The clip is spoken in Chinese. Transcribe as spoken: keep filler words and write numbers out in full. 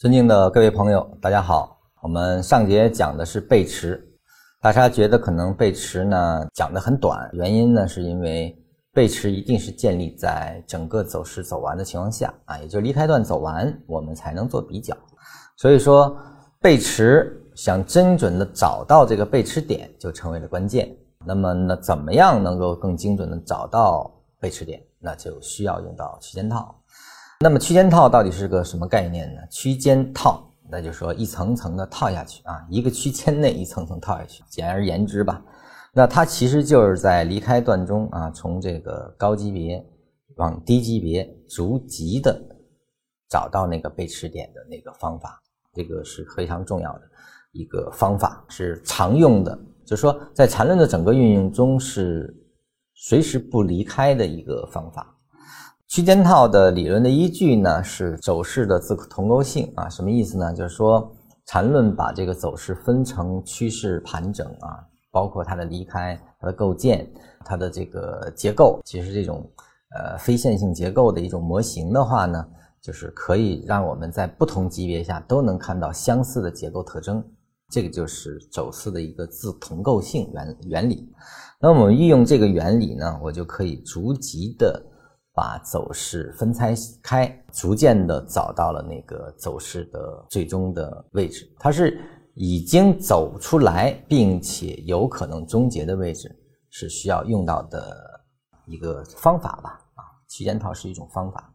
尊敬的各位朋友，大家好。我们上节讲的是背驰，大家觉得可能背驰呢讲得很短，原因呢是因为背驰一定是建立在整个走势走完的情况下啊，也就离开段走完，我们才能做比较。所以说背驰想精准的找到这个背驰点就成为了关键。那么呢，怎么样能够更精准的找到背驰点？那就需要用到区间套。那么区间套到底是个什么概念呢？区间套那就是说一层层的套下去啊，一个区间内一层层套下去，简而言之吧，那它其实就是在离开段中啊，从这个高级别往低级别逐级的找到那个背驰点的那个方法，这个是非常重要的一个方法，是常用的，就是说在缠论的整个运用中是随时不离开的一个方法。区间套的理论的依据呢是走势的自同构性啊，什么意思呢？就是说缠论把这个走势分成趋势盘整啊，包括它的离开、它的构建、它的这个结构，其实这种呃非线性结构的一种模型的话呢，就是可以让我们在不同级别下都能看到相似的结构特征，这个就是走势的一个自同构性原原理。那我们运用这个原理呢，我就可以逐级的把走势分拆开，逐渐的找到了那个走势的最终的位置，它是已经走出来并且有可能终结的位置，是需要用到的一个方法吧。啊，区间套是一种方法。